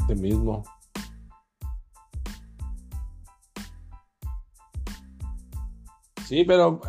Este mismo. Sí, pero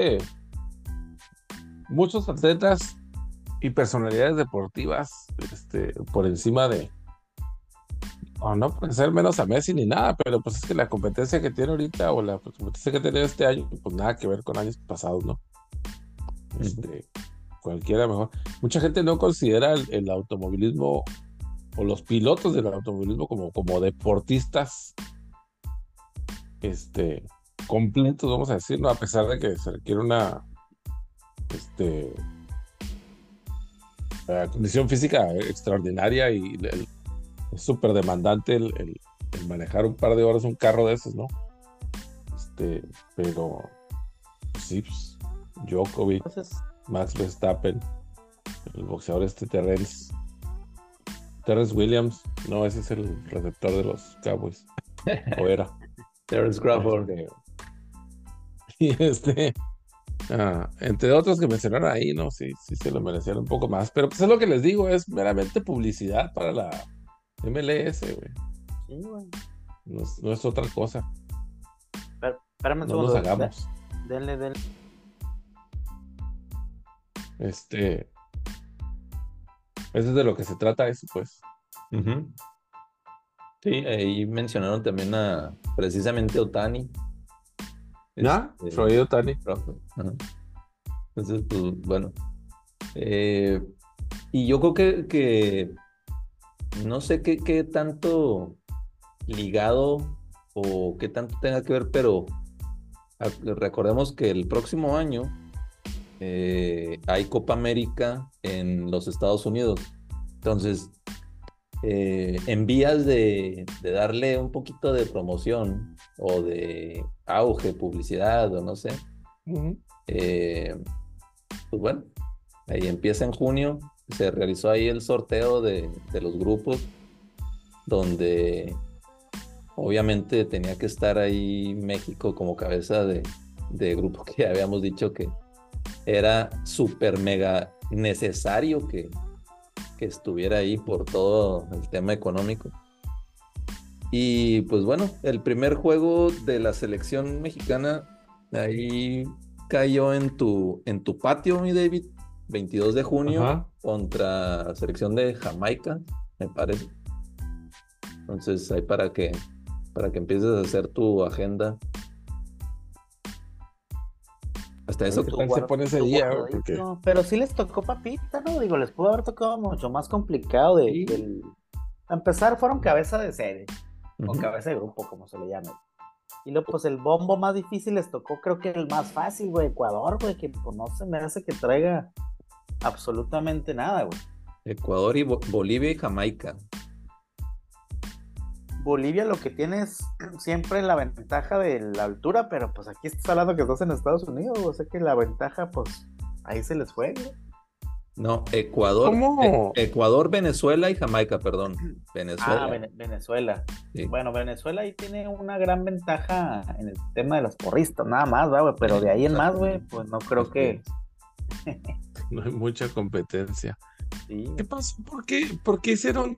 muchos atletas y personalidades deportivas, por encima de, o no pueden ser menos a Messi ni nada, pero pues es que la competencia que tiene ahorita o la competencia que tiene este año, pues nada que ver con años pasados, ¿no? Ujú. Este, cualquiera mejor. Mucha gente no considera el automovilismo o los pilotos del automovilismo como deportistas, este, completos, vamos a decir, ¿no? A pesar de que se requiere una, este, condición física extraordinaria y es súper demandante el manejar un par de horas un carro de esos, ¿no? Este, pero pues sí, pues, Djokovic, Entonces, Max Verstappen, el boxeador Terrence Williams, no, ese es el receptor de los Cowboys, o era. Terence Crawford. Este, y entre otros que mencionaron ahí, ¿no? Sí, sí se lo merecían un poco más, pero pues es lo que les digo, es meramente publicidad para la MLS, güey. sí, güey. No es otra cosa, Espérame un no nos segundo. hagamos. Denle. Este, Eso es de lo que se trata eso, pues. Ujú. Sí, ahí mencionaron también a precisamente Otani. ¿Ya? Este, Freud Tani. Crawford. Ajá. Entonces, pues bueno. Eh, y yo creo que no sé qué tanto ligado o qué tanto tenga que ver, pero recordemos que el próximo año hay Copa América en los Estados Unidos. Entonces, en vías de darle un poquito de promoción o de auge, publicidad o no sé, Ujú. eh, pues bueno, ahí empieza en junio, se realizó ahí el sorteo de los grupos, donde obviamente tenía que estar ahí México como cabeza de grupo, que ya habíamos dicho que era súper mega necesario que estuviera ahí por todo el tema económico. Y pues bueno, el primer juego de la selección mexicana ahí cayó en tu patio, mi David, 22 de junio Ajá. contra la selección de Jamaica, me parece. Entonces ahí para que empieces a hacer tu agenda. Hasta A ver eso, qué Tu, tal se guar- pone ese tu día, güey, porque guardadito. Pero sí les tocó papita, ¿no? Digo, les pudo haber tocado mucho más complicado sí. A empezar fueron cabeza de serie, o Ujú. cabeza de grupo, como se le llame. Y luego, pues el bombo más difícil les tocó, creo que el más fácil, güey, Ecuador, güey, que pues no se me hace que traiga absolutamente nada, güey. Ecuador y Bolivia y Jamaica. Bolivia lo que tiene es siempre la ventaja de la altura, pero pues aquí estás hablando que estás en Estados Unidos, o sea que la ventaja, pues ahí se les fue, güey. No, Ecuador, ¿cómo? Ecuador, Venezuela y Jamaica, perdón. Venezuela. Venezuela. Sí. Bueno, Venezuela ahí tiene una gran ventaja en el tema de los porristas, nada más, ¿va, güey? Pero de ahí en más, güey, pues no creo Así que. es. No hay mucha competencia. Sí, ¿Qué güey. pasó? ¿Por qué hicieron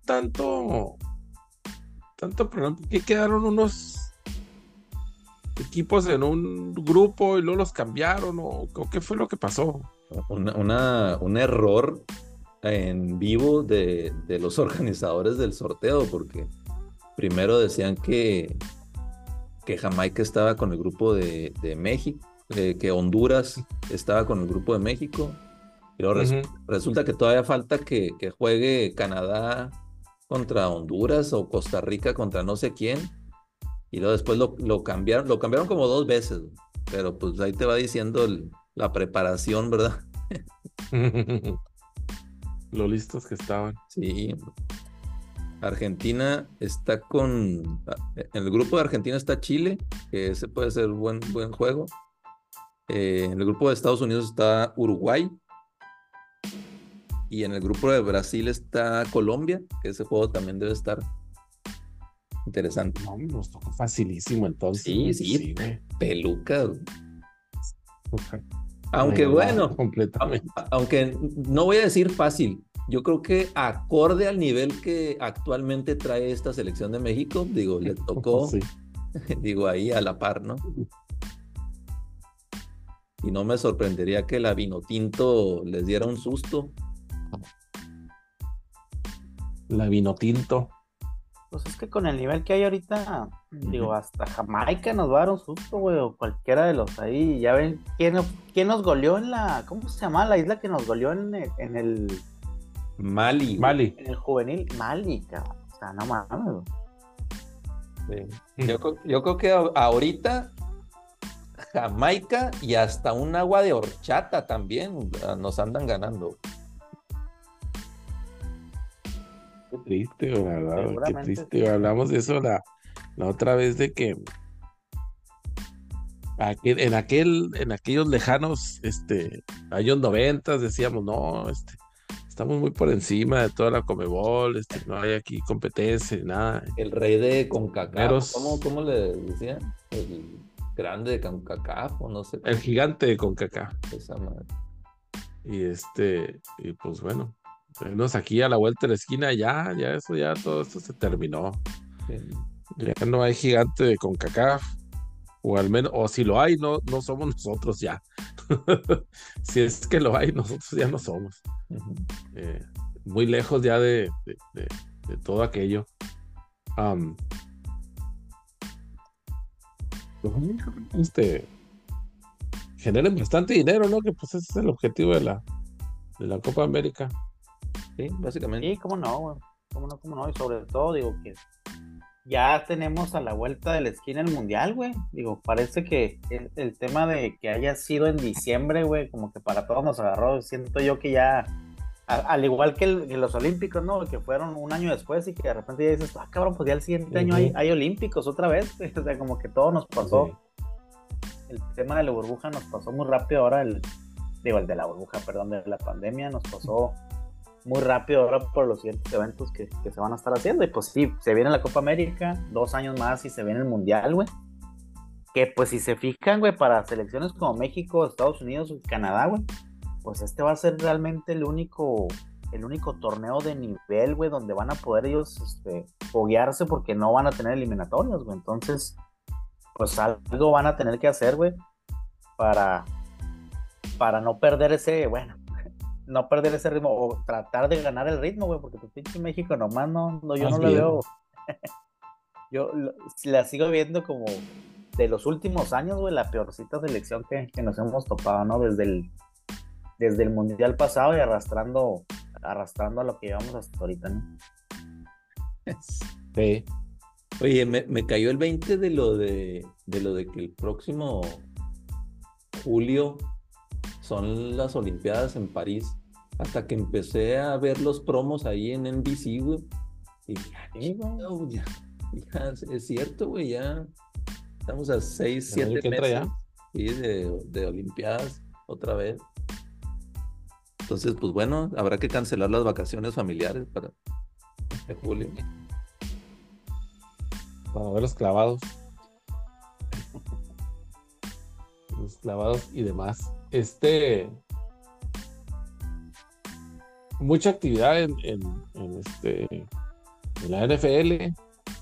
tanto problema? ¿Por qué quedaron unos equipos en un grupo y luego los cambiaron? ¿O qué fue lo que pasó? Un error en vivo de los organizadores del sorteo, porque primero decían que Jamaica estaba con el grupo de México, que Honduras estaba con el grupo de México, y luego Ujú. resulta que todavía falta que juegue Canadá contra Honduras o Costa Rica contra no sé quién, y luego después lo cambiaron como dos veces, pero pues ahí te va diciendo la preparación, ¿verdad? Lo listos que estaban. Sí, Argentina está en el grupo de Argentina está Chile, que ese puede ser buen juego. En el grupo de Estados Unidos está Uruguay y en el grupo de Brasil está Colombia, que ese juego también debe estar interesante. No, nos tocó facilísimo entonces, Sí, güey. Pues sí, sí, güey. peluca. Me Aunque ignoraron bueno, completamente. aunque no voy a decir fácil, Yo creo que acorde al nivel que actualmente trae esta selección de México, digo, le tocó, Sí. digo, ahí a la par, ¿no? Y no me sorprendería que la Vinotinto les diera un susto. La Vinotinto. Pues es que con el nivel que hay ahorita, digo, hasta Jamaica nos va a dar un susto, güey, o cualquiera de los ahí. Ya ven, ¿quién nos goleó en la, ¿cómo se llama? La isla que nos goleó Mali, güey. Mali. en el juvenil, Mali, cabrón. O sea, no mames, güey. Sí. Yo creo que ahorita Jamaica y hasta un agua de horchata también nos andan ganando. Qué triste, güey, la verdad, güey, qué Seguramente triste, sí. güey. Hablamos de eso la otra vez de que en aquellos lejanos, años 90 decíamos, no, estamos muy por encima de toda la Conmebol, no hay aquí competencia ni nada. El rey de CONCACAF, Primeros, ¿cómo le decían? El grande de CONCACAF, o no sé el cómo gigante de CONCACAF. esa madre. Y pues bueno, tenemos aquí a la vuelta de la esquina, ya eso, ya todo esto se terminó. Sí. Ya no hay gigante de CONCACAF. O al menos, o si lo hay, no somos nosotros ya. Si es que lo hay, nosotros ya no somos. Ujú. Muy lejos ya de todo aquello. Am, pues, generen bastante dinero, ¿no? Que pues ese es el objetivo de la Copa América. Sí, básicamente. Sí, cómo no, güey. Cómo no. Y sobre todo, digo, que ya tenemos a la vuelta de la esquina el mundial, güey. Digo, parece que el tema de que haya sido en diciembre, güey, como que para todos nos agarró. Siento yo que ya, al igual que los Olímpicos, ¿no? Que fueron un año después y que de repente ya dices, ah, cabrón, pues ya el siguiente año hay Olímpicos otra vez, güey. O sea, como que todo nos pasó. Sí. El tema de la burbuja nos pasó muy rápido ahora, el de la burbuja, perdón, de la pandemia nos pasó muy rápido ahora por los siguientes eventos que se van a estar haciendo. Y pues sí, se viene la Copa América, 2 años más y se viene el Mundial, güey. Que pues si se fijan, güey, para selecciones como México, Estados Unidos y Canadá, güey, pues este va a ser realmente el único torneo de nivel, güey, donde van a poder ellos foguearse porque no van a tener eliminatorios, güey. Entonces, pues algo van a tener que hacer, güey, para, para no perder ese ritmo o tratar de ganar el ritmo, güey, porque tu pinche México nomás yo Más no lo bien. veo. La sigo viendo como de los últimos años, güey, la peorcita selección que nos hemos topado, ¿no? Desde el mundial pasado y arrastrando a lo que llevamos hasta ahorita, ¿no? Sí. Oye, me cayó el 20 de lo de que el próximo julio son las Olimpiadas en París. Hasta que empecé a ver los promos ahí en NBC, güey. Y Sí, güey. ya es cierto, güey, ya estamos a 6, El año 7 que entra meses ya. sí, de Olimpiadas otra vez. Entonces, pues bueno, habrá que cancelar las vacaciones familiares para julio. Para ver los clavados. Los clavados y demás. Mucha actividad en la NFL.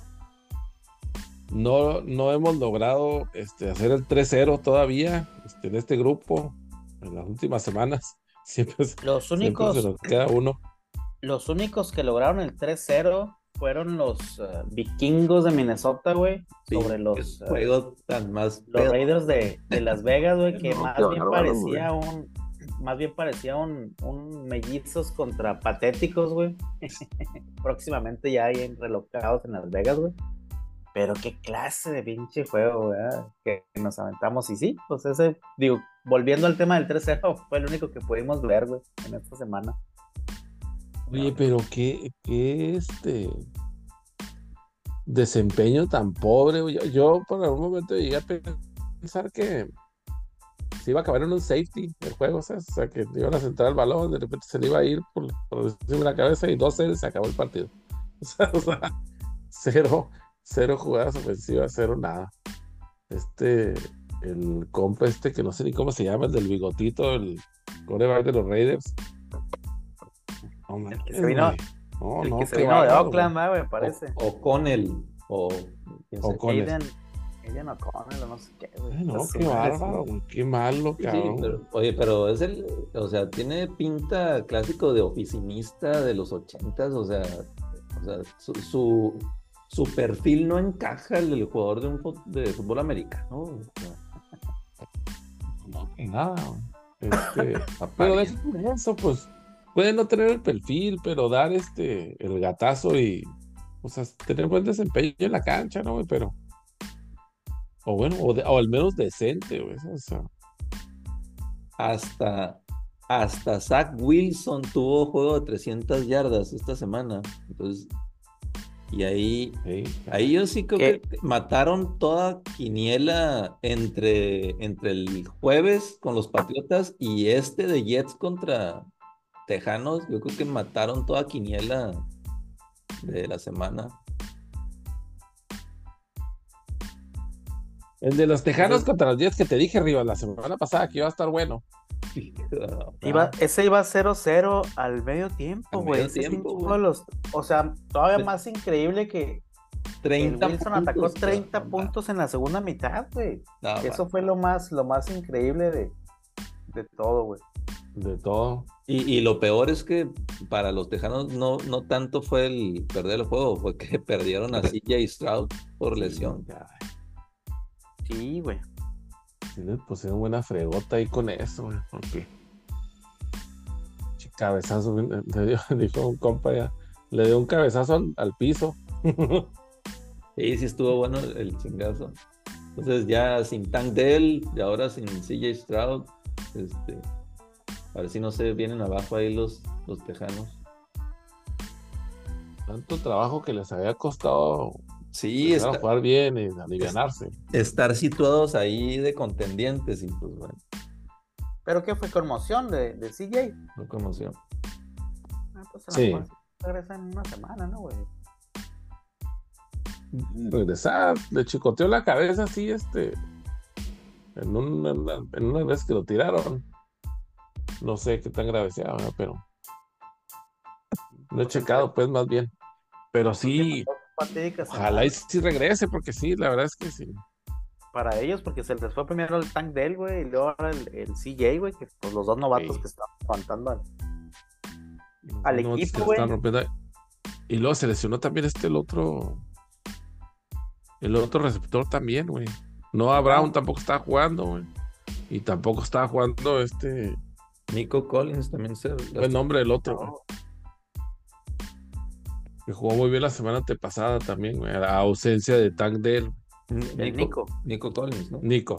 No hemos logrado hacer el 3-0 todavía en este grupo en las últimas semanas. Siempre se nos queda uno. Los únicos que lograron el 3-0 fueron los vikingos de Minnesota, güey, Sí, sobre los juego tan más los pedo. Raiders de Las Vegas, güey, que No, más qué bien bárbaro, parecía un mellizos contra patéticos, güey. Próximamente ya hay relocados en Las Vegas, güey. Pero qué clase de pinche juego, güey, que nos aventamos. Y sí, pues digo, volviendo al tema del 3-0, fue el único que pudimos ver, güey, en esta semana. Oye, pero qué desempeño tan pobre, güey. Yo por algún momento llegué a pensar que se iba a acabar en un safety el juego, ¿sabes? O sea, que iban a centrar el balón, de repente se le iba a ir por encima de la cabeza y 2-0 se acabó el partido. O sea, cero jugadas ofensivas, cero nada. El compa que no sé ni cómo se llama, el del bigotito, el quarterback de los Raiders. No El que mames, se vino, güey. No, el no, que se qué vino de bárbaro, Oakland, güey. güey, me parece. O con él, o quién sabe. O'Connell. Aiden O'Connell o no sé qué, güey. Ay, no, Su qué madre, bárbaro, sí. güey. Qué malo, Sí, sí, cabrón. oye, pero o sea, tiene pinta clásico de oficinista de los 80s, o sea, su perfil no encaja el jugador de fútbol americano. O sea, No, que nada, güey. Pero apariencia. deja de eso, pues. Puede no tener el perfil, pero dar el gatazo y, o sea, tener buen desempeño en la cancha, ¿no, güey? Pero, o bueno, o al menos decente, güey. O sea, Hasta, hasta Zach Wilson tuvo juego de 300 yardas esta semana. Entonces, y sí, ahí yo sí creo ¿Qué? que mataron toda quiniela entre el jueves con los Patriotas y este de Jets contra Tejanos. Yo creo que mataron toda quiniela de la semana. el de los Tejanos Entonces, contra los Jets que te dije, Rivas, la semana pasada que iba a estar bueno. Ese iba 0-0 al medio tiempo, Al güey. medio Ese tiempo, pinche güey. fue o sea, todavía más increíble que el 30 Wilson atacó puntos, 30 cabrón. puntos en la segunda mitad, güey. No, Eso man. fue lo más increíble de todo, güey. De todo. Y lo peor es que para los Tejanos no tanto fue el perder el juego, fue que perdieron a CJ Stroud por lesión. Ya, Sí, güey. sí les pusieron buena fregota ahí con eso, güey. Porque cabezazo, dijo un compa ya, le dio un cabezazo al piso. Sí estuvo bueno el chingazo. Entonces ya sin Tank Dell y ahora sin CJ Stroud, a ver si no se vienen abajo ahí los Tejanos. Tanto trabajo que les había costado Sí, empezar a jugar bien y alivianarse. estar situados ahí de contendientes y pues bueno, ¿Pero qué fue? ¿Conmoción de CJ? no conmoción. Pues a lo Sí. mejor regresa en una semana, ¿no, güey? Regresar, le chicoteó la cabeza así, en una vez que lo tiraron. No sé qué tan grave sea, ¿verdad? Pero no he checado, pues, más bien. Pero sí, Fatídica ojalá y semana sí regrese, porque sí, la verdad es que sí. para ellos, porque se les fue primero el Tank Dell, güey, y luego ahora el CJ, güey, que pues los dos novatos Sí. que estaban aguantando Los al novatos equipo, que le güey. están rompiendo. Y luego se lesionó también el otro receptor también, güey. Noah Brown tampoco estaba jugando, güey. Y tampoco estaba jugando Nico Collins también el nombre del otro, güey. No, Que jugó muy bien la semana antepasada también, güey. A ausencia de Tank Dell, el Nico. Nico Collins, ¿no? Nico.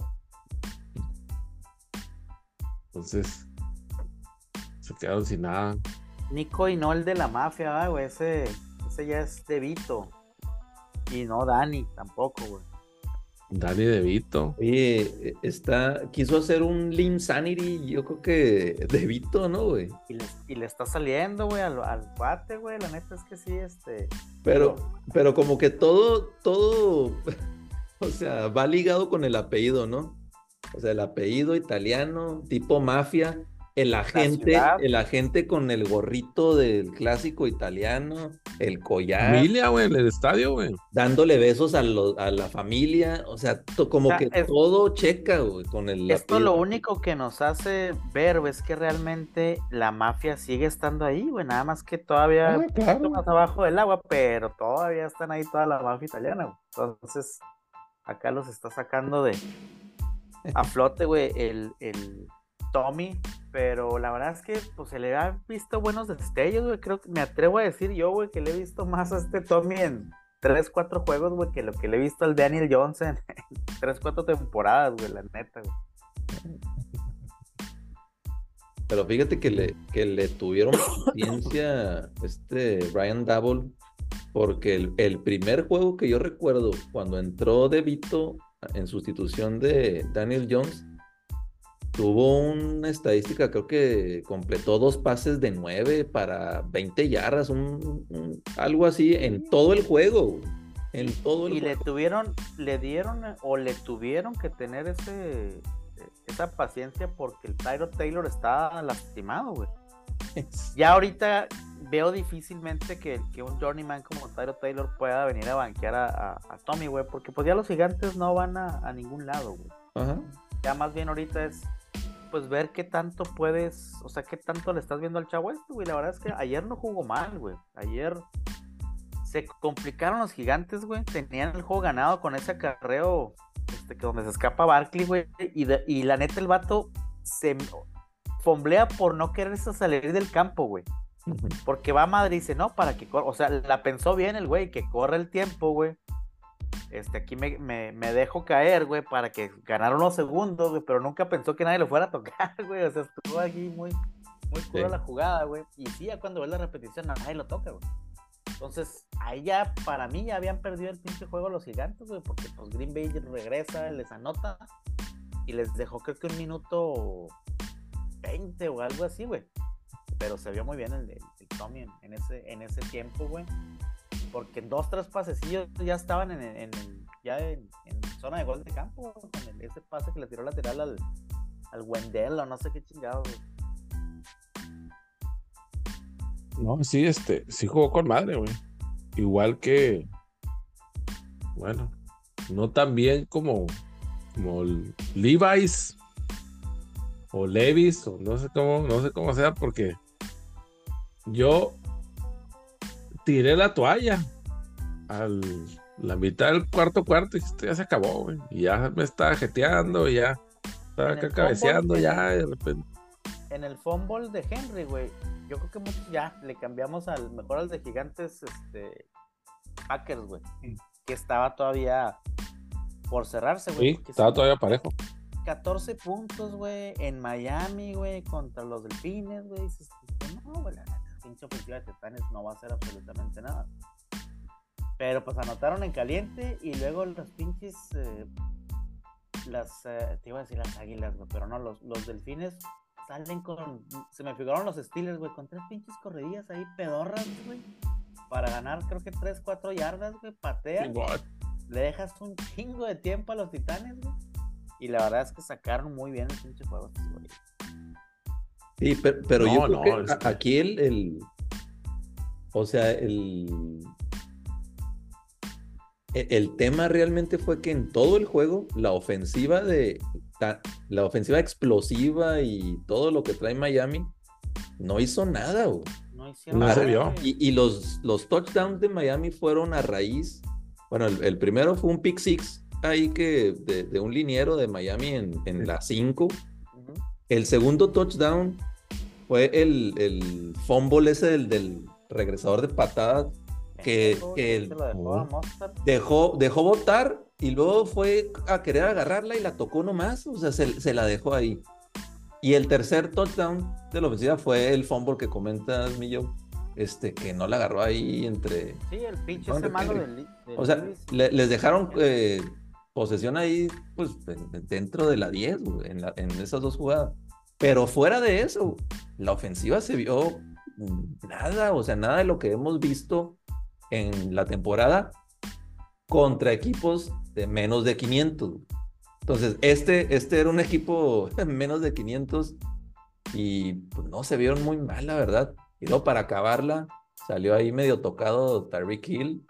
Entonces, se quedaron sin nada. Nico y no el de la mafia, ¿verdad, güey? Ese ya es de Vito. Y no Dani tampoco, güey. Danny DeVito. Oye, quiso hacer un Lean Sanity, yo creo que de Vito, ¿no, güey? Y le está saliendo, güey, al cuate, güey. La neta es que sí, Pero como que todo, o sea, va ligado con el apellido, ¿no? O sea, el apellido italiano, tipo mafia, el agente con el gorrito del clásico italiano, el collar, Familia, güey, en el estadio, güey. dándole besos a la familia, o sea, como O sea, que todo checa, güey, con el esto apellido. lo único que nos hace ver, güey, es que realmente la mafia sigue estando ahí, güey. Nada más que todavía un claro. poquito más abajo del agua, pero todavía están ahí toda la mafia italiana, güey. Entonces, acá los está sacando a flote, güey, el Tommy, pero la verdad es que pues se le ha visto buenos destellos, güey. Creo que me atrevo a decir yo, güey, que le he visto más a este Tommy en 3-4 juegos, güey, que lo que le he visto al Daniel Jones en 3-4 temporadas, güey, la neta, güey. Pero fíjate que le tuvieron paciencia Ryan Dabble, porque el primer juego que yo recuerdo cuando entró De Vito en sustitución de Daniel Jones, tuvo una estadística, creo que completó 2 pases de 9 para 20 yardas, algo así en todo el juego. En todo el Y juego. le tuvieron que tener esa paciencia porque el Tyrod Taylor está lastimado, güey. Ya ahorita veo difícilmente que un journeyman como Tyro Taylor pueda venir a banquear a Tommy, güey, porque pues ya los gigantes no van a ningún lado, güey. Ajá. Ya más bien ahorita es pues ver qué tanto puedes, o sea, qué tanto le estás viendo al chavo güey. La verdad es que ayer no jugó mal, güey. Ayer se complicaron los gigantes, güey. Tenían el juego ganado con ese acarreo que donde se escapa Barkley, güey. Y la neta el vato se fomblea por no quererse salir del campo, güey. Ujú. Porque va a Madrid y dice, no, para que corra. O sea, la pensó bien el güey, que corre el tiempo, güey. Aquí me dejo caer, güey, para que ganara unos segundos, güey, pero nunca pensó que nadie lo fuera a tocar, güey. O sea, estuvo aquí muy cruda la jugada, güey. Y sí, ya cuando ves la repetición, nadie lo toca, güey. Entonces, ahí ya, para mí, ya habían perdido el pinche juego los gigantes, güey, porque pues Green Bay regresa, les anota y les dejó creo que 1:20 o algo así, güey. Pero se vio muy bien el Tommy en ese tiempo, güey. Porque en 2-3 pasecillos ya estaban en zona de gol de campo, con ese pase que le tiró lateral al Wendell o no sé qué chingado, güey. No, sí, sí jugó con madre, güey. Igual que, bueno, no tan bien como Levi's o Levis, o no sé cómo sea, porque yo tiré la toalla la mitad del cuarto y esto ya se acabó, güey. Y ya me estaba jeteando, y ya estaba acá cabeceando, ya de repente. En el fumble de Henry, güey, yo creo que muchos ya le cambiamos mejor al de Gigantes, Packers, güey, que estaba todavía por cerrarse, güey. Sí, estaba todavía parejo. 14 puntos, güey, en Miami, güey, contra los Delfines, güey. Dices, no, güey, la pinche ofensiva de Titanes no va a hacer absolutamente nada. Pero pues anotaron en caliente y luego los pinches, te iba a decir las Águilas, güey, pero no, los Delfines salen se me figuraron los Steelers, güey, con 3 pinches corredillas ahí pedorras, güey, para ganar creo que 3-4 yardas, güey, patean, le dejas un chingo de tiempo a los Titanes, güey, y la verdad es que sacaron muy bien el pinche juego, güey. Sí, pero yo creo que aquí o sea, el tema realmente fue que en todo el juego la ofensiva explosiva y todo lo que trae Miami no hizo nada, güey. No hicieron No nada, se vio. Y los touchdowns de Miami fueron a raíz. Bueno, el primero fue un pick six ahí que de un liniero de Miami en la 5. Uh-huh. El segundo touchdown fue el fumble ese del regresador de patadas que dejó botar y luego fue a querer agarrarla y la tocó nomás, o sea, se la dejó ahí. Y el tercer touchdown de la ofensiva fue el fumble que comentas, Millo, que no la agarró ahí entre... Sí, el pinche ese malo del o sea, les dejaron posesión ahí, pues, dentro de la 10, en esas 2 jugadas. Pero fuera de eso, la ofensiva se vio nada, o sea, nada de lo que hemos visto en la temporada contra equipos de menos de 500. Entonces, este era un equipo menos de 500 y pues no, se vieron muy mal, la verdad. Y luego para acabarla, salió ahí medio tocado Tyreek Hill.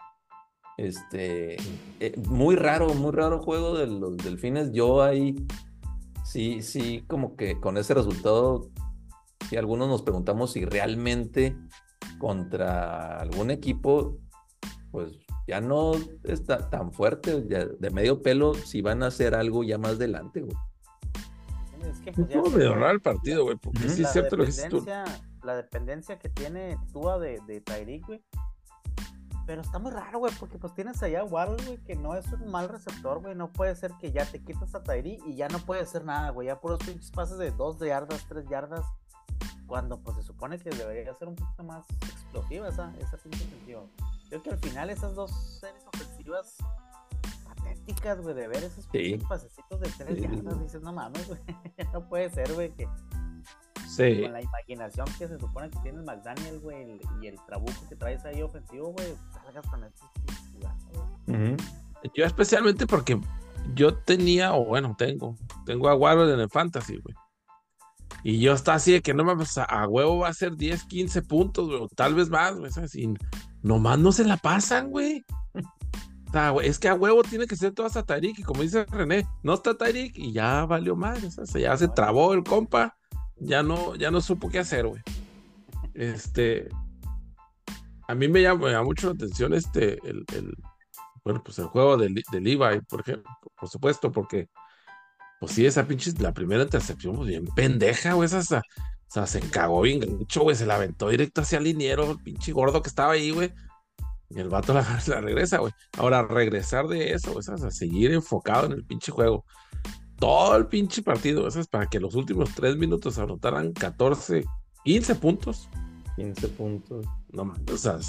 Muy raro juego de los Delfines. Yo ahí sí, como que con ese resultado, sí, algunos nos preguntamos si realmente contra algún equipo, pues ya no está tan fuerte, ya de medio pelo, si van a hacer algo ya más adelante, güey. Es que pues Estuvo medio raro el partido, güey, porque sí es cierto lo que dices tú. La dependencia que tiene Tua de Tyreek, güey. Pero está muy raro, güey, porque pues tienes allá a Waddle, güey, que no es un mal receptor, güey. No puede ser que ya te quitas a Tyreek y ya no puede hacer nada, güey. Ya puros pinches pases de 2 yardas, 3 yardas. Cuando pues se supone que debería ser un poquito más explosiva esa pinche ofensiva. Creo que al final esas 2 series ofensivas patéticas, güey, de ver esos pinches pasecitos de 3 yardas, dices, no mames, güey, no puede ser, güey, que con la imaginación que se supone que tiene el McDaniel, güey, y el trabuco que traes ahí ofensivo, güey, salgas con estos pinches jugadas, güey. Yo especialmente porque yo tenía, o bueno, tengo a Warhol en el Fantasy, güey. Y yo estaba así de que no mames, a huevo va a ser 10, 15 puntos, güey, o tal vez más, güey, ¿sabes? Y nomás no se la pasan, güey. O sea, güey, es que a huevo tiene que ser todo hasta Tyreek, y como dice René, no está Tyreek y ya valió madre, o sea, ya se trabó el compa, ya no supo qué hacer, güey. Este, a mí me llama mucho la atención bueno, pues el juego de Levi, por ejemplo, por supuesto, porque pues sí, esa pinche, la primera intercepción, pues bien pendeja, güey, o sea, se cagó bien gacho, güey, se la aventó directo hacia el liniero, el pinche gordo que estaba ahí, güey, y el vato la regresa, güey. Ahora, regresar de eso, güey, o sea, seguir enfocado en el pinche juego, todo el pinche partido, eso es para que los últimos 3 minutos anotaran 14, 15 puntos. 15 puntos. No mames, o sea,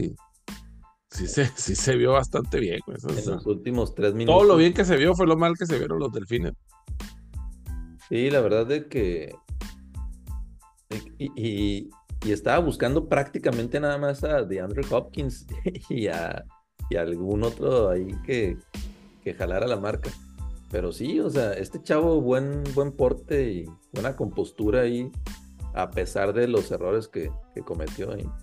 sí se vio bastante bien, güey. O En sea, los últimos 3 todo lo minutos. bien que se vio fue lo mal que se vieron los Delfines. Sí, la verdad de que. Y estaba buscando prácticamente nada más a DeAndre Hopkins y a algún otro ahí que jalara la marca. Pero sí, o sea, este chavo, buen porte y buena compostura ahí, a pesar de los errores que cometió ahí.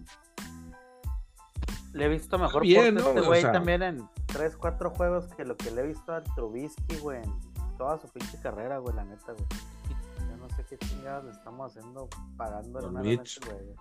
Le he visto mejor Bien, porte ¿no? este O güey sea, también en 3, 4 juegos que lo que le he visto a Trubisky, güey, en toda su pinche carrera, güey, la neta, güey. Yo no sé qué chingadas le estamos haciendo pagando en Don una lana a Mitch. este güey.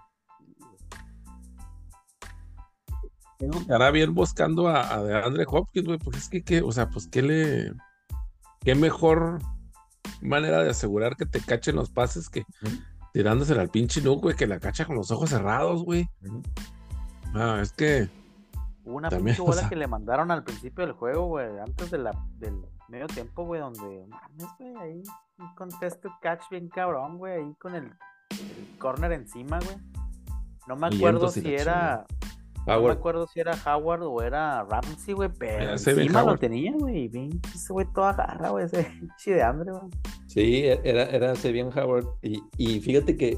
Estará bien buscando a DeAndre Hopkins, güey, porque es o sea, pues, qué mejor manera de asegurar que te cachen los pases que tirándosela al pinche Nuke, güey, que la cacha con los ojos cerrados, güey. Es que Hubo una también, pinche o bola sea, que le mandaron al principio del juego, güey, antes del medio tiempo, güey, donde, mames, güey, ahí un contested catch bien cabrón, güey, ahí con el corner encima, güey. No me acuerdo vientos y si la era, no me Howard. acuerdo si era Howard o era Ramsey, güey, pero se ve encima lo Howard. tenía, güey, y bien, ese güey todo agarra, güey, ese pinche de hambre, güey. Sí, era Xavier Howard. Y fíjate que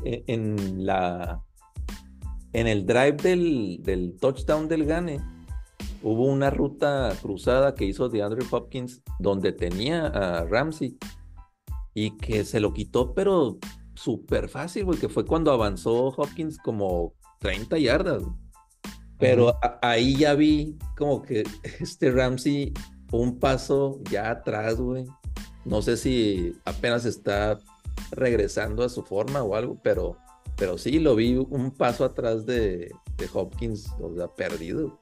en el drive del touchdown del Gane, hubo una ruta cruzada que hizo DeAndre Hopkins donde tenía a Ramsey y que se lo quitó, pero súper fácil, güey, que fue cuando avanzó Hopkins como 30 yardas. Pero ahí ya vi como que Ramsey un paso ya atrás, güey. No sé si apenas está regresando a su forma o algo, pero sí lo vi un paso atrás de Hopkins, o sea, perdido.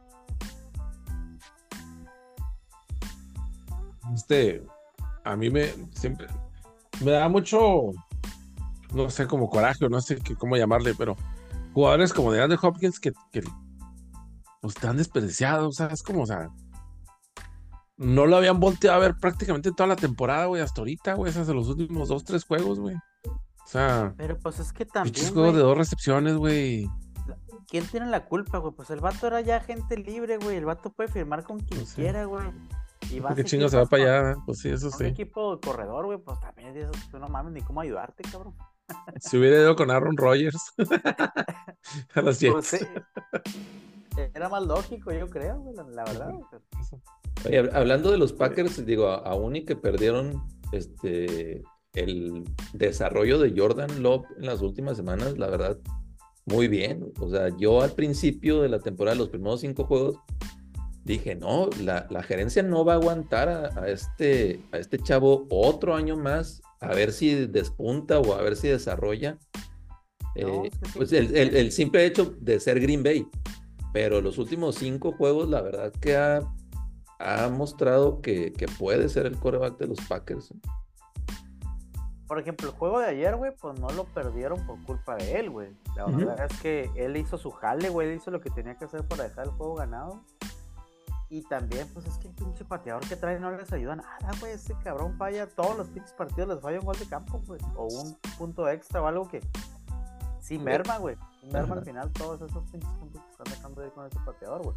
A mí siempre me da mucho, no sé, como coraje, o no sé cómo llamarle, pero jugadores como DeAndre Hopkins que pues, están desperdiciados, ¿sabes? Como, o sea, no lo habían volteado a ver prácticamente toda la temporada, güey, hasta ahorita, güey, esas de los últimos 2, 3 juegos, güey. O sea, Pero pues es que pinches también, juegos de güey, 2 recepciones, güey. ¿quién tiene la culpa, güey? Pues el vato era ya agente libre, güey, el vato puede firmar con quien No sé. quiera, güey. Y va a ¿Qué seguir chingo se va pues, para allá? Pues sí, eso un sí. equipo corredor, güey, pues también eso, tú no mames ni cómo ayudarte, cabrón. Si hubiera ido con Aaron Rodgers a los Pues Jets. sí, era más lógico, yo creo, güey, la verdad. Güey. Oye, hablando de los Packers, digo, aún y que perdieron el desarrollo de Jordan Love en las últimas semanas, la verdad, muy bien. O sea, yo al principio de la temporada, los primeros 5 juegos, dije, no, la gerencia no va a aguantar a este chavo otro año más, a ver si despunta o a ver si desarrolla. No, es que sí. Pues el simple hecho de ser Green Bay. Pero los últimos 5 juegos, la verdad que ha mostrado que puede ser el quarterback de los Packers. Por ejemplo, el juego de ayer, güey, pues no lo perdieron por culpa de él, güey. La verdad es que él hizo su jale, güey, él hizo lo que tenía que hacer para dejar el juego ganado. Y también, pues es que el pinche pateador que trae no les ayuda nada, güey. Ese cabrón falla, todos los pinches partidos les falla un gol de campo, güey. O un punto extra o algo que sí merma, güey. Sí merma al final todos esos pinches puntos que están dejando de ir con ese pateador, güey.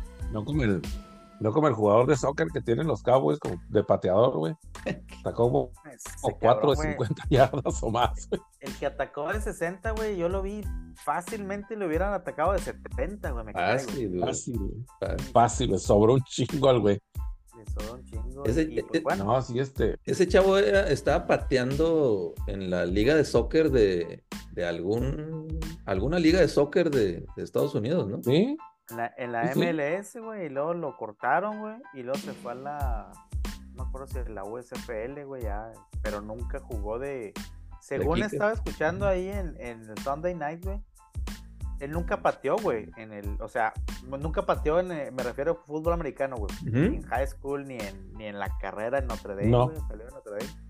No como el jugador de soccer que tienen los Cowboys como de pateador, güey. Sacó como Ese 4 cabrón, de güey, 50 yardas o más, güey. el que atacó de 60, güey, yo lo vi fácilmente le hubieran atacado de 70, güey. Me caigo. Fácil, güey. Fácil, güey. Fácil. Fácil, le sobró un chingo al güey. hizo un chingo. Ese, Y pues bueno, No, sí, ese chavo estaba pateando en la liga de soccer de alguna liga de soccer de Estados Unidos, ¿no? sí, en la sí, sí. MLS, güey, y luego lo cortaron, güey, y luego se fue a no me acuerdo si la USFL, güey, ya, pero nunca jugó según kicker. estaba escuchando ahí en el Sunday Night, güey, él nunca pateó, güey, o sea, nunca pateó me refiero a fútbol americano, güey, ni en high school, ni en la carrera en Notre Dame, No. güey, salió en Notre Dame.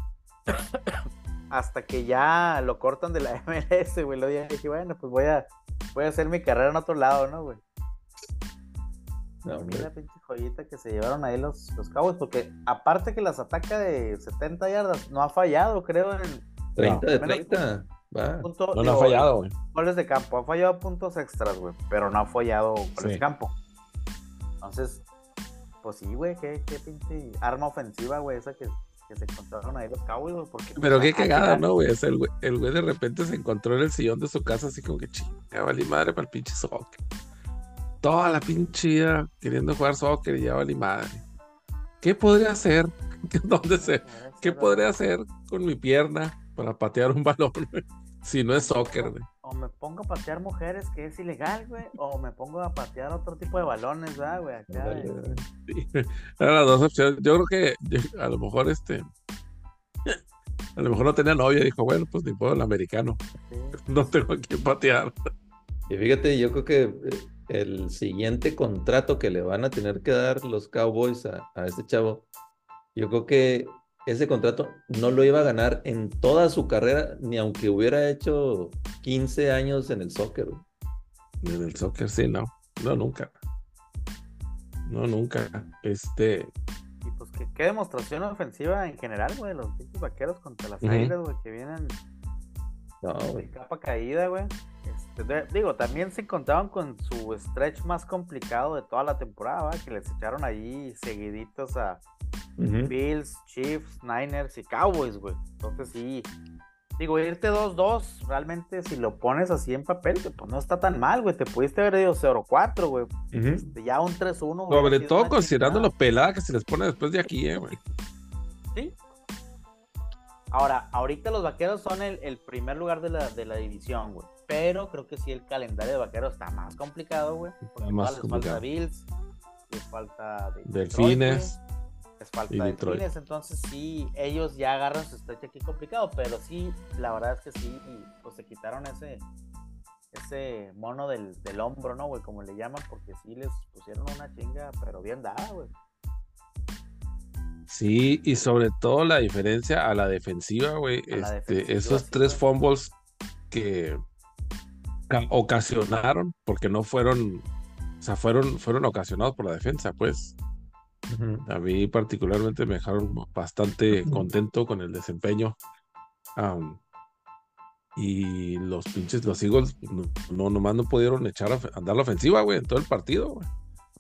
Hasta que ya lo cortan de la MLS, güey, luego ya dije, bueno, pues voy a hacer mi carrera en otro lado, ¿no, güey? No, Mira, pinche joyita que se llevaron ahí los Cowboys, porque aparte que las ataca de 70 yardas, no ha fallado, creo, en 30 de al menos 30. Va. No ha fallado, güey. goles de campo, ha fallado puntos extras, güey, pero no ha fallado goles Sí. de campo. Entonces, pues sí, güey, qué pinche arma ofensiva, güey, esa que se encontraron ahí los Cowboys, güey, porque... Pero qué cagada, llegar- ¿no, güey? O sea, el güey de repente se encontró en el sillón de su casa así como que chinga, valí madre para el pinche soccer. Toda la pinche vida queriendo jugar soccer y ya valí madre. ¿Qué podría hacer? ¿Qué podría hacer con mi pierna para patear un balón, güey? Si no es soccer, güey. O me pongo a patear mujeres, que es ilegal, güey, o me pongo a patear otro tipo de balones, ¿verdad, güey? Acá, Ándale. Sí. Eran las dos opciones. Yo creo que a lo mejor a lo mejor no tenía novia y dijo, bueno, pues ni puedo el americano. sí. No tengo a quién patear. Y fíjate, yo creo que el siguiente contrato que le van a tener que dar los Cowboys a este chavo, yo creo que ese contrato no lo iba a ganar en toda su carrera, ni aunque hubiera hecho 15 años en el soccer, güey. En el soccer sí, no. No, nunca. No, nunca. Y pues qué demostración ofensiva en general, güey, los pinches vaqueros contra las Ujú. águilas, güey, que vienen No, de güey. capa caída, güey. Digo, también se encontraban con su stretch más complicado de toda la temporada, ¿va? Que les echaron ahí seguiditos a Ujú. Bills, Chiefs, Niners y Cowboys, güey. Entonces sí, digo, irte 2-2, realmente si lo pones así en papel, pues no está tan mal, güey. Te pudiste haber ido 0-4, güey. Ujú. Ya un 3-1. hubiera Sobre sido todo una considerando chingada. lo pelada que se les pone después de aquí, güey. Sí. Ahora, ahorita los vaqueros son el primer lugar de la división, güey. Pero creo que sí el calendario de vaqueros está más complicado, güey. Porque más les complicado. falta Bills, les falta Delfines. les falta y Detroit. Delfines. Entonces sí, ellos ya agarran su stretch aquí complicado. Pero sí, la verdad es que sí, pues se quitaron ese mono del hombro, ¿no, güey? Como le llaman, porque sí les pusieron una chinga, pero bien dada, güey. Sí, y sobre todo la diferencia a la defensiva, güey. A la defensiva, Esos sí, tres güey. fumbles que ocasionaron, porque no fueron, o sea, fueron ocasionados por la defensa, pues. Ujú. A mí particularmente me dejaron bastante contento con el desempeño. Y los Eagles, nomás no pudieron echar a andar la ofensiva, güey, en todo el partido, güey.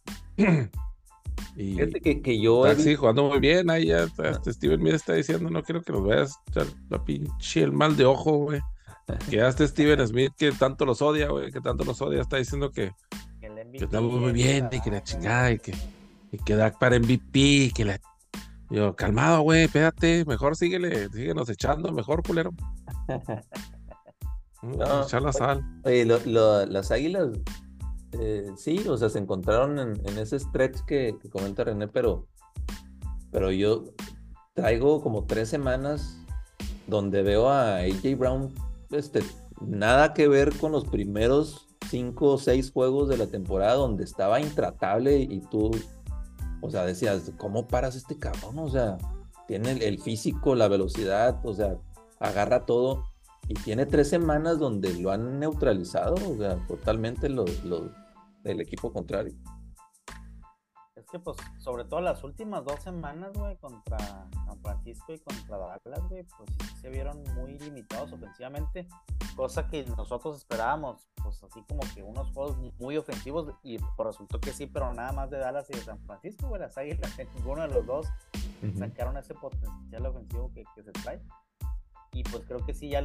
Y Fíjate que yo Taxi jugando muy bien, ahí ya Steven Miller está diciendo, no quiero que nos vayas a echar la pinche el mal de ojo, güey. Que ya Steven Smith, que tanto los odia, güey, que tanto los odia, está diciendo que El MVP, estamos muy bien, y que la chingada, y que Dak para MVP, que la... Yo, calmado, güey, espérate, mejor síguenos echando, mejor, culero. No, Echar la sal. Oye, las Águilas, sí, o sea, se encontraron en ese stretch que comenta René, pero yo traigo como 3 semanas donde veo a A.J. Brown, nada que ver con los primeros 5 o 6 juegos de la temporada donde estaba intratable y tú, o sea, decías, ¿cómo paras este cabrón? O sea, tiene el físico, la velocidad, o sea, agarra todo. Y tiene 3 semanas donde lo han neutralizado, o sea, totalmente el equipo contrario. Es que, pues, sobre todo las últimas 2 semanas, güey, contra San Francisco y contra Dallas, güey, pues sí se vieron muy limitados ofensivamente, cosa que nosotros esperábamos, pues así como que unos juegos muy ofensivos, y pues resultó que sí, pero nada más de Dallas y de San Francisco, güey, las Águilas, ninguno de los dos sacaron ese potencial ofensivo que se trae. Y pues creo que sí, ya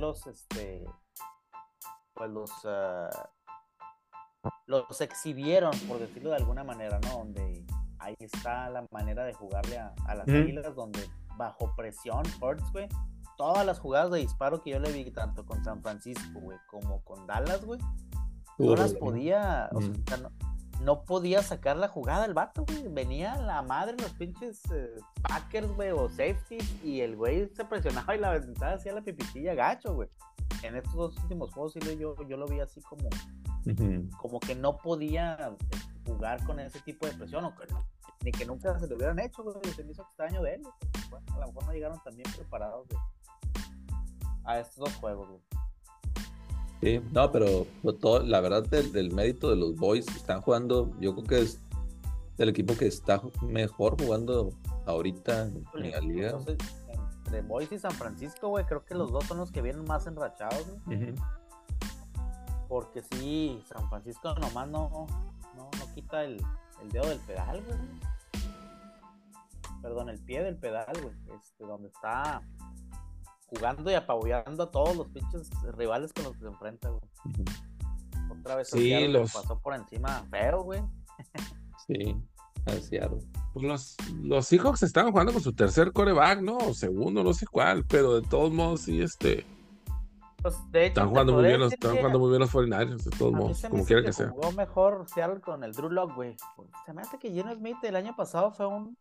pues los exhibieron, por decirlo de alguna manera, ¿no? Donde ahí está la manera de jugarle a las Ujú. Águilas, donde bajo presión, Hurts, güey, todas las jugadas de disparo que yo le vi, tanto con San Francisco, güey, como con Dallas, güey, no las podía, o sea, no podía sacar la jugada el vato, güey. Venía la madre, los pinches Packers, güey, o safeties, y el güey se presionaba y la aventaba hacía la pipitilla gacho, güey. En estos dos últimos juegos sí yo lo vi así como que no podía jugar con ese tipo de presión, o que no, ni que nunca se lo hubieran hecho, güey. Se me hizo extraño de él, güey. Bueno, a lo mejor no llegaron tan bien preparados a estos dos juegos, güey. Sí, no, pero todo, la verdad del mérito de los Boys están jugando, yo creo que es el equipo que está mejor jugando ahorita en la liga. Entonces, entre Boise y San Francisco, güey, creo que los dos son los que vienen más enrachados, güey. Porque sí, San Francisco nomás no quita el dedo del pedal, güey. Perdón, el pie del pedal, güey. Donde está jugando y apabullando a todos los pinches rivales con los que se enfrenta, güey. Otra vez Sí, pasó por encima feo, güey. Sí, Seattle. Pues los Seahawks estaban jugando con su tercer quarterback, ¿no? O segundo, no sé cuál, pero de todos modos, sí, Pues de hecho, están jugando muy bien los 49ers, de todos modos, como quiera que sea. Jugó mejor Seattle con el Drew Lock, güey. Se me hace que Geno Smith el año pasado fue un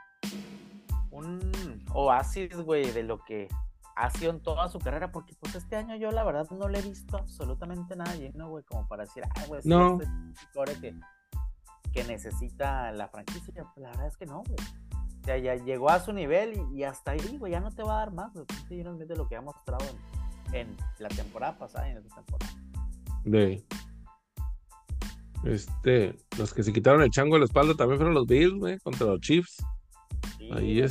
oasis, güey, de lo que ha sido en toda su carrera, porque pues este año yo la verdad no le he visto absolutamente nada lleno, güey, como para decir, güey, no. Que necesita la franquicia. Pues la verdad es que no, güey. O sea, ya llegó a su nivel y hasta ahí, güey, ya no te va a dar más, güey. Geno Smith de lo que ha mostrado en la temporada pasada y en esta temporada. Los que se quitaron el chango de la espalda también fueron los Bills, güey, contra los Chiefs. Sí, ahí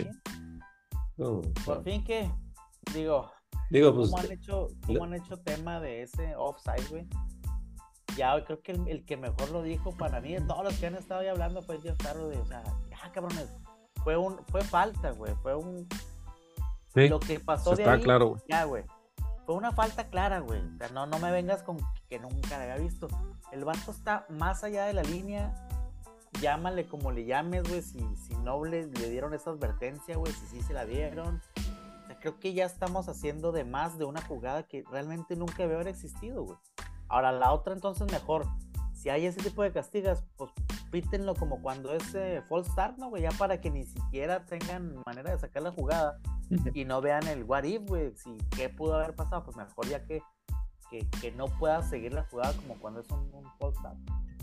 por fin que digo pues ¿cómo han hecho tema de ese offside, güey? Ya creo que el que mejor lo dijo para mí, todos los que han estado ahí hablando fue Jeff Farrow, o sea, ya cabrones, fue falta, güey, sí, lo que pasó de está ahí, claro, güey. Ya, güey, fue una falta clara, güey, o sea, no me vengas con que nunca la había visto. El vato está más allá de la línea, llámale como le llames, güey, si no le dieron esa advertencia, güey, si sí se la dieron. O sea, creo que ya estamos haciendo de más de una jugada que realmente nunca debe haber existido, güey. Ahora, la otra entonces mejor, si hay ese tipo de castigas, pues pítenlo como cuando es false start, ¿no, güey? Ya para que ni siquiera tengan manera de sacar la jugada y no vean el what if, güey, si qué pudo haber pasado, pues mejor ya que no pueda seguir la jugada como cuando es un false start.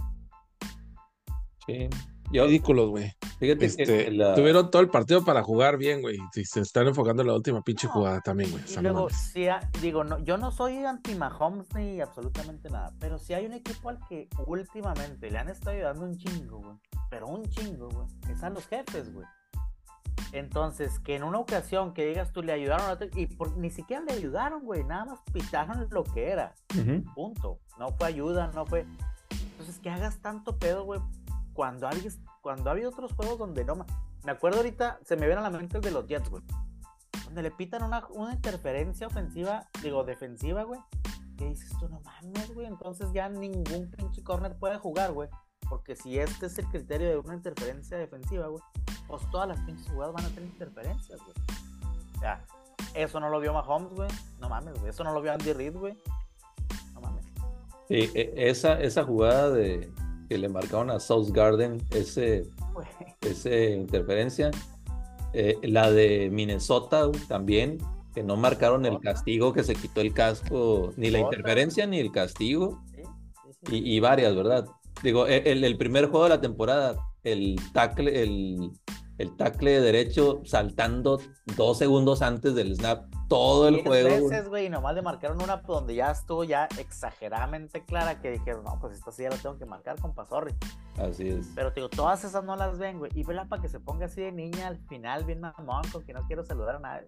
Sí. Ridículos, güey. Fíjate que tuvieron todo el partido para jugar bien, güey. Si se están enfocando en la última pinche jugada también, güey. Y luego, yo no soy anti-Mahomes ni absolutamente nada, pero si hay un equipo al que últimamente le han estado ayudando un chingo, güey, pero un chingo, güey, es a los Jefes, güey. Entonces, que en una ocasión que digas tú le ayudaron a otro, y ni siquiera le ayudaron, güey, nada más pitaron lo que era. Punto. No fue ayuda, no fue. Entonces, que hagas tanto pedo, güey, cuando ha habido otros juegos donde no. Me acuerdo ahorita, se me viene a la mente el de los Jets, güey, donde le pitan una interferencia defensiva, güey, que dices tú, no mames, güey, entonces ya ningún pinche corner puede jugar, güey, porque si este es el criterio de una interferencia defensiva, güey, pues todas las pinches jugadas van a tener interferencias, güey. O sea, eso no lo vio Mahomes, güey, no mames, güey, eso no lo vio Andy Reid, güey, no mames. Sí, esa jugada que le marcaron a South Garden, ese interferencia, la de Minnesota también, que no marcaron el castigo, que se quitó el casco, ni la interferencia ni el castigo, sí. Y varias, ¿verdad? Digo, el primer juego de la temporada, el tackle derecho saltando 2 segundos antes del snap, todo el juego. 10 veces, güey, y nomás le marcaron una donde ya estuvo ya exageradamente clara, que dijeron, no, pues esta sí ya la tengo que marcar, compa, sorry. Así es. Pero te digo, todas esas no las ven, güey, y vela para que se ponga así de niña al final, bien mamón, con que no quiero saludar a nadie.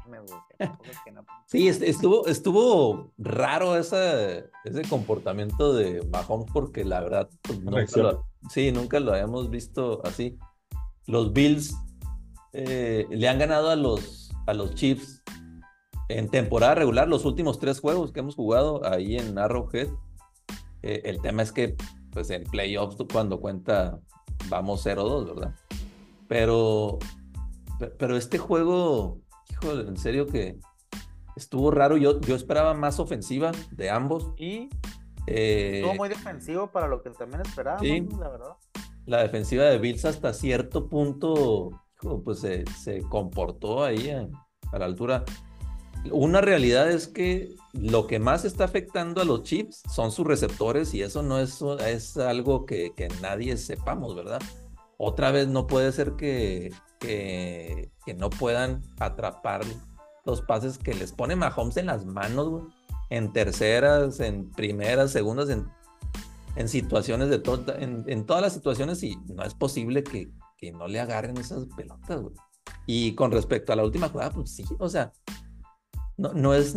Sí, estuvo raro ese comportamiento de Mahomes, porque la verdad pues, nunca lo habíamos visto así. Los Bills le han ganado a los Chiefs en temporada regular los últimos 3 juegos que hemos jugado ahí en Arrowhead. El tema es que pues en playoffs cuando cuenta vamos 0-2, ¿verdad? Pero este juego, híjole, en serio que estuvo raro. Yo esperaba más ofensiva de ambos. Y estuvo Eh, muy defensivo para lo que también esperábamos, sí, ¿no? La verdad. la defensiva de Bills hasta cierto punto, hijo, pues se comportó ahí a la altura. Una realidad es que lo que más está afectando a los Chiefs son sus receptores y eso no es algo que nadie sepamos, ¿verdad? Otra vez no puede ser que no puedan atrapar los pases que les pone Mahomes en las manos, güey, en terceras, en primeras, segundas, en situaciones en todas las situaciones, y no es posible que no le agarren esas pelotas, güey. Y con respecto a la última jugada, pues sí, o sea, no es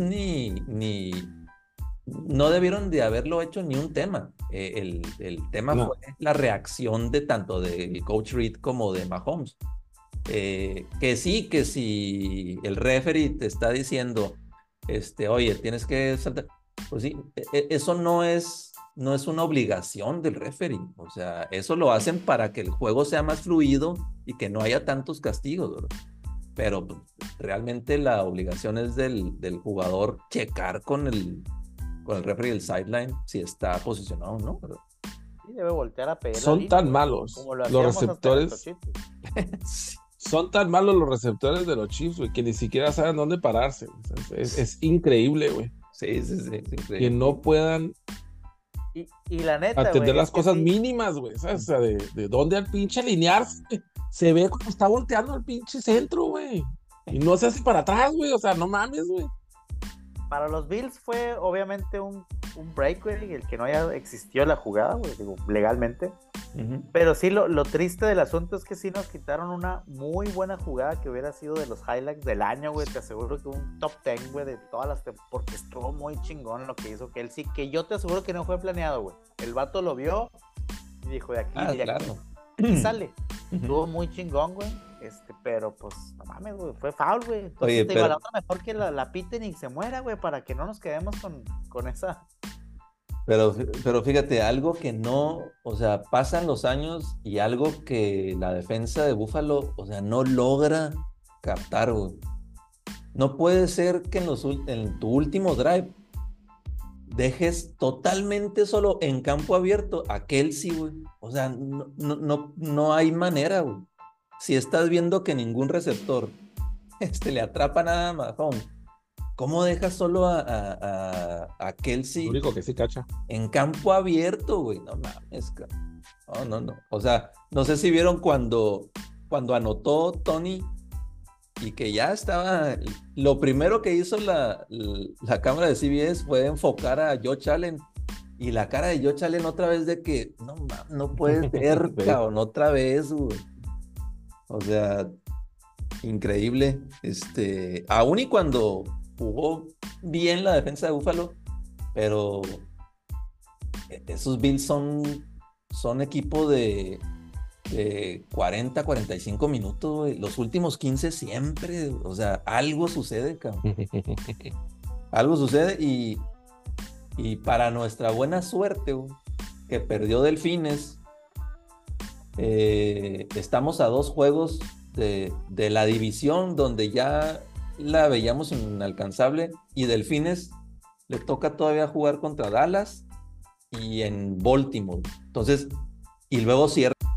no debieron de haberlo hecho ni un tema. El tema No. fue la reacción de tanto del coach Reed como de Mahomes. Que sí, que si el referee te está diciendo, oye, tienes que saltar, pues sí, eso no es una obligación del referee. O sea, eso lo hacen para que el juego sea más fluido y que no haya tantos castigos, ¿verdad? Pero pues, realmente la obligación es del jugador checar con el referee del sideline si está posicionado o no, ¿verdad? Sí, debe voltear a pedir la Son línea, tan güey, malos como lo los hacíamos hasta en nuestros receptores. Chiefs. Sí, Son tan malos los receptores de los Chiefs, güey, que ni siquiera saben dónde pararse. Es increíble, güey. sí, es Que increíble. no puedan Y la neta, atender güey, las es que cosas sí, mínimas, güey. ¿Sabes? O sea, de dónde al pinche alinearse. Se ve cuando está volteando el pinche centro, güey. Y no se hace para atrás, güey. O sea, no mames, güey. para los Bills fue obviamente un break, güey, el que no haya existido la jugada, güey, digo, legalmente. Uh-huh. Pero sí, lo triste del asunto es que sí nos quitaron una muy buena jugada que hubiera sido de los highlights del año, güey. Te aseguro que un top 10, güey, de todas las porque estuvo muy chingón lo que hizo Kelsey, que yo te aseguro que no fue planeado, güey. El vato lo vio y dijo, de aquí, de aquí, Claro. y sale. Uh-huh. Estuvo muy chingón, güey. Pero pues, no mames, güey, fue foul, güey. Entonces, Oye, te digo, a la pero, otra mejor que la piten y se muera, güey, para que no nos quedemos con esa. pero fíjate, algo que no, o sea, pasan los años y algo que la defensa de Buffalo, o sea, no logra captar, güey. No puede ser que en tu último drive dejes totalmente solo en campo abierto a Kelsey, güey. O sea, no hay manera, güey. Si estás viendo que ningún receptor le atrapa nada a Mahomes, ¿cómo dejas solo a Lo Kelsey único que sí cacha. en campo abierto, güey? No mames, no. O sea, no sé si vieron cuando anotó Tony y que ya estaba. Lo primero que hizo la cámara de CBS fue enfocar a Josh Allen. Y la cara de Josh Allen otra vez de que, no puede ser, cabrón, otra vez, güey. O sea, increíble. Aún y cuando jugó bien la defensa de Buffalo, pero esos Bills son equipo de 40, 45 minutos, güey. Los últimos 15 siempre, o sea, algo sucede, cabrón. Algo sucede y para nuestra buena suerte, güey, que perdió Delfines, estamos a 2 juegos de la división donde ya la veíamos inalcanzable, y Delfines le toca todavía jugar contra Dallas y en Baltimore. Entonces, y luego cierra